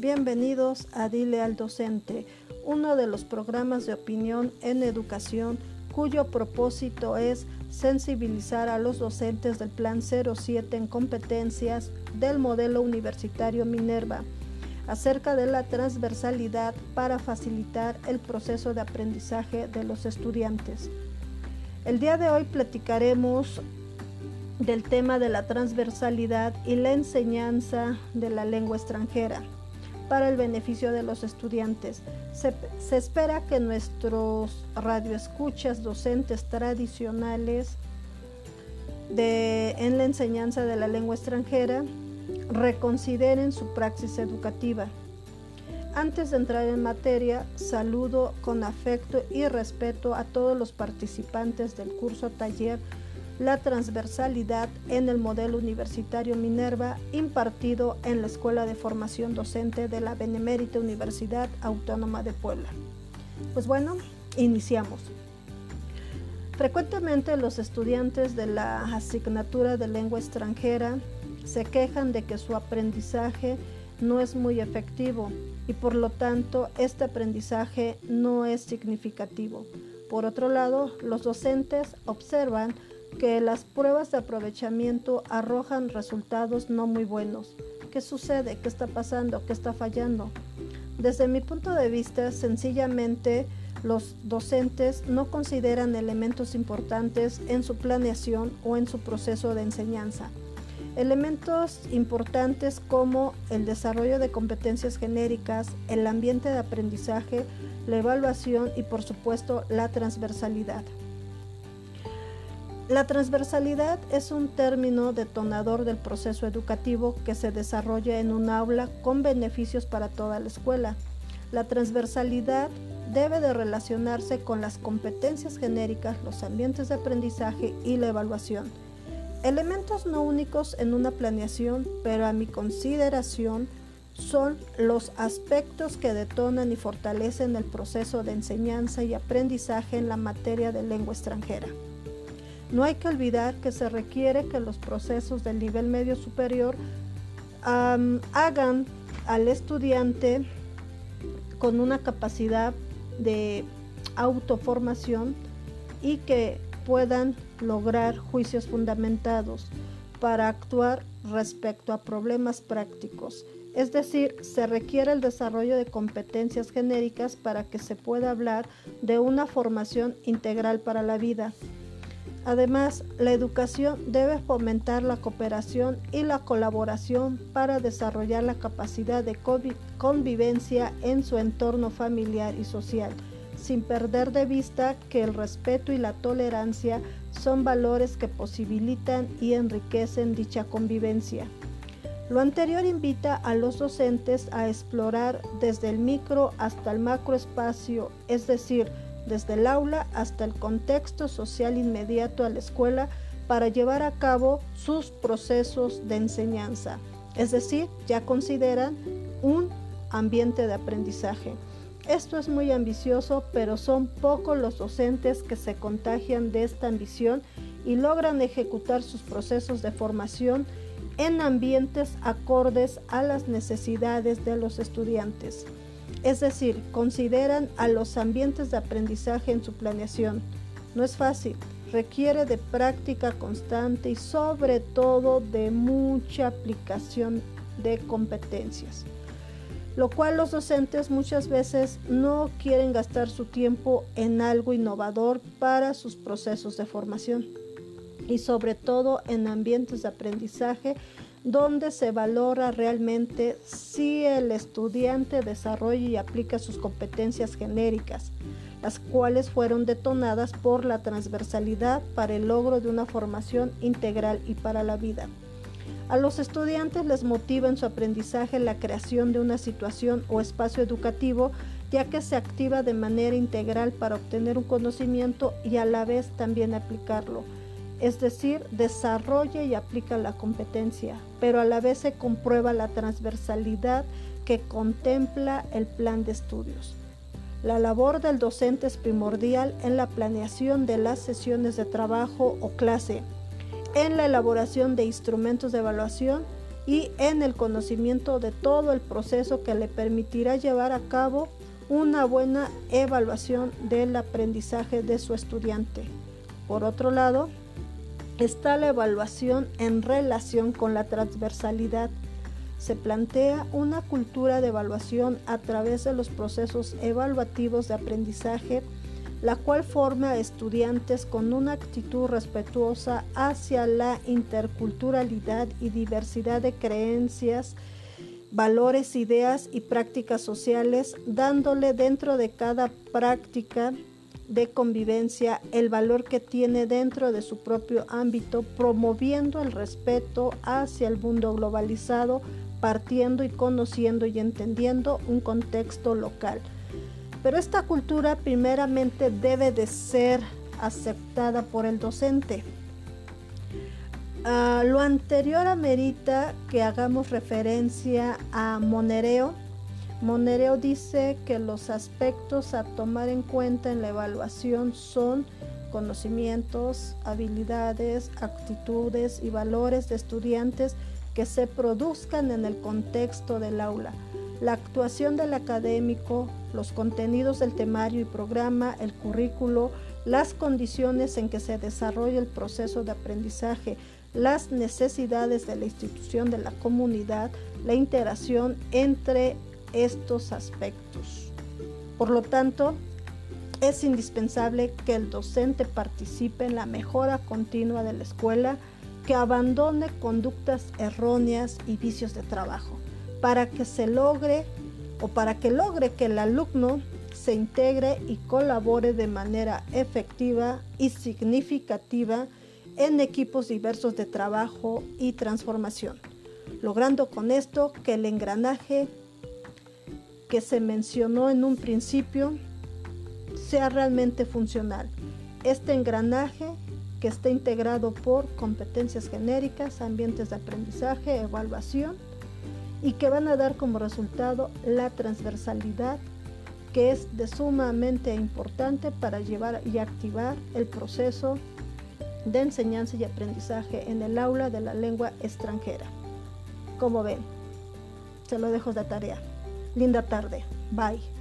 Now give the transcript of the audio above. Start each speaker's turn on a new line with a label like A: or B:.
A: Bienvenidos a Dile al Docente, uno de los programas de opinión en educación cuyo propósito es sensibilizar a los docentes del Plan 07 en competencias del modelo universitario Minerva acerca de la transversalidad para facilitar el proceso de aprendizaje de los estudiantes. El día de hoy platicaremos del tema de la transversalidad y la enseñanza de la lengua extranjera para el beneficio de los estudiantes. Se espera que nuestros radioescuchas docentes tradicionales en la enseñanza de la lengua extranjera reconsideren su praxis educativa. Antes de entrar en materia, saludo con afecto y respeto a todos los participantes del curso taller La transversalidad en el modelo universitario Minerva, impartido en la Escuela de Formación Docente de la Benemérita Universidad Autónoma de Puebla. Pues bueno, iniciamos. Frecuentemente los estudiantes de la asignatura de lengua extranjera se quejan de que su aprendizaje no es muy efectivo y por lo tanto este aprendizaje no es significativo. Por otro lado, los docentes observan que las pruebas de aprovechamiento arrojan resultados no muy buenos. ¿Qué sucede? ¿Qué está pasando? ¿Qué está fallando? Desde mi punto de vista, sencillamente los docentes no consideran elementos importantes en su planeación o en su proceso de enseñanza. Elementos importantes como el desarrollo de competencias genéricas, el ambiente de aprendizaje, la evaluación y por supuesto la transversalidad. La transversalidad es un término detonador del proceso educativo que se desarrolla en un aula con beneficios para toda la escuela. La transversalidad debe de relacionarse con las competencias genéricas, los ambientes de aprendizaje y la evaluación. Elementos no únicos en una planeación, pero a mi consideración son los aspectos que detonan y fortalecen el proceso de enseñanza y aprendizaje en la materia de lengua extranjera. No hay que olvidar que se requiere que los procesos del nivel medio superior hagan al estudiante con una capacidad de autoformación y que puedan lograr juicios fundamentados para actuar respecto a problemas prácticos. Es decir, se requiere el desarrollo de competencias genéricas para que se pueda hablar de una formación integral para la vida. Además, la educación debe fomentar la cooperación y la colaboración para desarrollar la capacidad de convivencia en su entorno familiar y social, sin perder de vista que el respeto y la tolerancia son valores que posibilitan y enriquecen dicha convivencia. Lo anterior invita a los docentes a explorar desde el micro hasta el macroespacio, es decir, desde el aula hasta el contexto social inmediato a la escuela para llevar a cabo sus procesos de enseñanza. Es decir, ya consideran un ambiente de aprendizaje. Esto es muy ambicioso, pero son pocos los docentes que se contagian de esta ambición y logran ejecutar sus procesos de formación en ambientes acordes a las necesidades de los estudiantes. Es decir, consideran a los ambientes de aprendizaje en su planeación. No es fácil, requiere de práctica constante y sobre todo de mucha aplicación de competencias, lo cual los docentes muchas veces no quieren gastar su tiempo en algo innovador para sus procesos de formación y sobre todo en ambientes de aprendizaje donde se valora realmente si el estudiante desarrolla y aplica sus competencias genéricas, las cuales fueron detonadas por la transversalidad para el logro de una formación integral y para la vida. A los estudiantes les motiva en su aprendizaje la creación de una situación o espacio educativo, ya que se activa de manera integral para obtener un conocimiento y a la vez también aplicarlo. Es decir, desarrolla y aplica la competencia, pero a la vez se comprueba la transversalidad que contempla el plan de estudios. La labor del docente es primordial en la planeación de las sesiones de trabajo o clase, en la elaboración de instrumentos de evaluación y en el conocimiento de todo el proceso que le permitirá llevar a cabo una buena evaluación del aprendizaje de su estudiante. Por otro lado, está la evaluación en relación con la transversalidad. Se plantea una cultura de evaluación a través de los procesos evaluativos de aprendizaje, la cual forma a estudiantes con una actitud respetuosa hacia la interculturalidad y diversidad de creencias, valores, ideas y prácticas sociales, dándole dentro de cada práctica de convivencia el valor que tiene dentro de su propio ámbito, promoviendo el respeto hacia el mundo globalizado, partiendo y conociendo y entendiendo un contexto local. Pero esta cultura primeramente debe de ser aceptada por el docente. Lo anterior amerita que hagamos referencia a Monereo. Monereo dice que los aspectos a tomar en cuenta en la evaluación son conocimientos, habilidades, actitudes y valores de estudiantes que se produzcan en el contexto del aula. La actuación del académico, los contenidos del temario y programa, el currículo, las condiciones en que se desarrolla el proceso de aprendizaje, las necesidades de la institución, de la comunidad, la interacción entre estos aspectos. Por lo tanto, es indispensable que el docente participe en la mejora continua de la escuela, que abandone conductas erróneas y vicios de trabajo, para que logre que el alumno se integre y colabore de manera efectiva y significativa en equipos diversos de trabajo y transformación, logrando con esto que el engranaje que se mencionó en un principio sea realmente funcional. Este engranaje que está integrado por competencias genéricas, ambientes de aprendizaje, evaluación, y que van a dar como resultado la transversalidad, que es de sumamente importante para llevar y activar el proceso de enseñanza y aprendizaje en el aula de la lengua extranjera. Como ven, se lo dejo de tarea. Linda tarde. Bye.